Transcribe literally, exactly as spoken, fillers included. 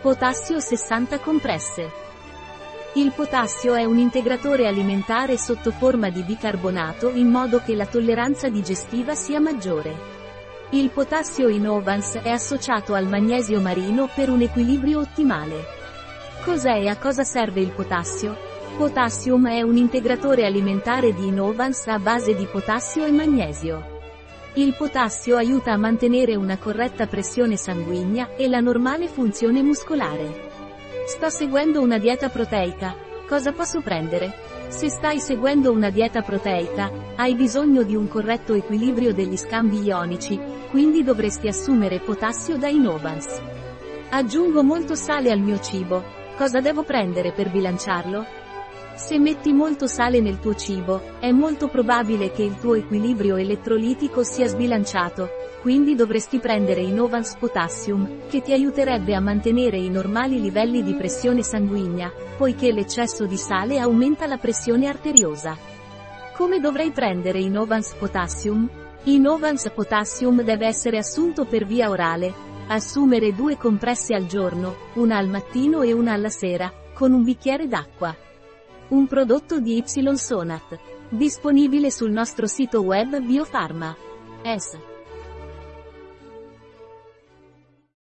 Potassio sessanta compresse. Il potassio è un integratore alimentare sotto forma di bicarbonato in modo che la tolleranza digestiva sia maggiore. Il potassio Innovans è associato al magnesio marino per un equilibrio ottimale. Cos'è e a cosa serve il potassio? Potassium è un integratore alimentare di Innovans a base di potassio e magnesio. Il potassio aiuta a mantenere una corretta pressione sanguigna e la normale funzione muscolare. Sto seguendo una dieta proteica. Cosa posso prendere? Se stai seguendo una dieta proteica, hai bisogno di un corretto equilibrio degli scambi ionici, quindi dovresti assumere potassio da Innovans. Aggiungo molto sale al mio cibo. Cosa devo prendere per bilanciarlo? Se metti molto sale nel tuo cibo, è molto probabile che il tuo equilibrio elettrolitico sia sbilanciato, quindi dovresti prendere Innovans Potassium, che ti aiuterebbe a mantenere i normali livelli di pressione sanguigna, poiché l'eccesso di sale aumenta la pressione arteriosa. Come dovrei prendere Innovans Potassium? Innovans Potassium deve essere assunto per via orale. Assumere due compresse al giorno, una al mattino e una alla sera, con un bicchiere d'acqua. Un prodotto di Ysonat. Disponibile sul nostro sito web Biofarma. S.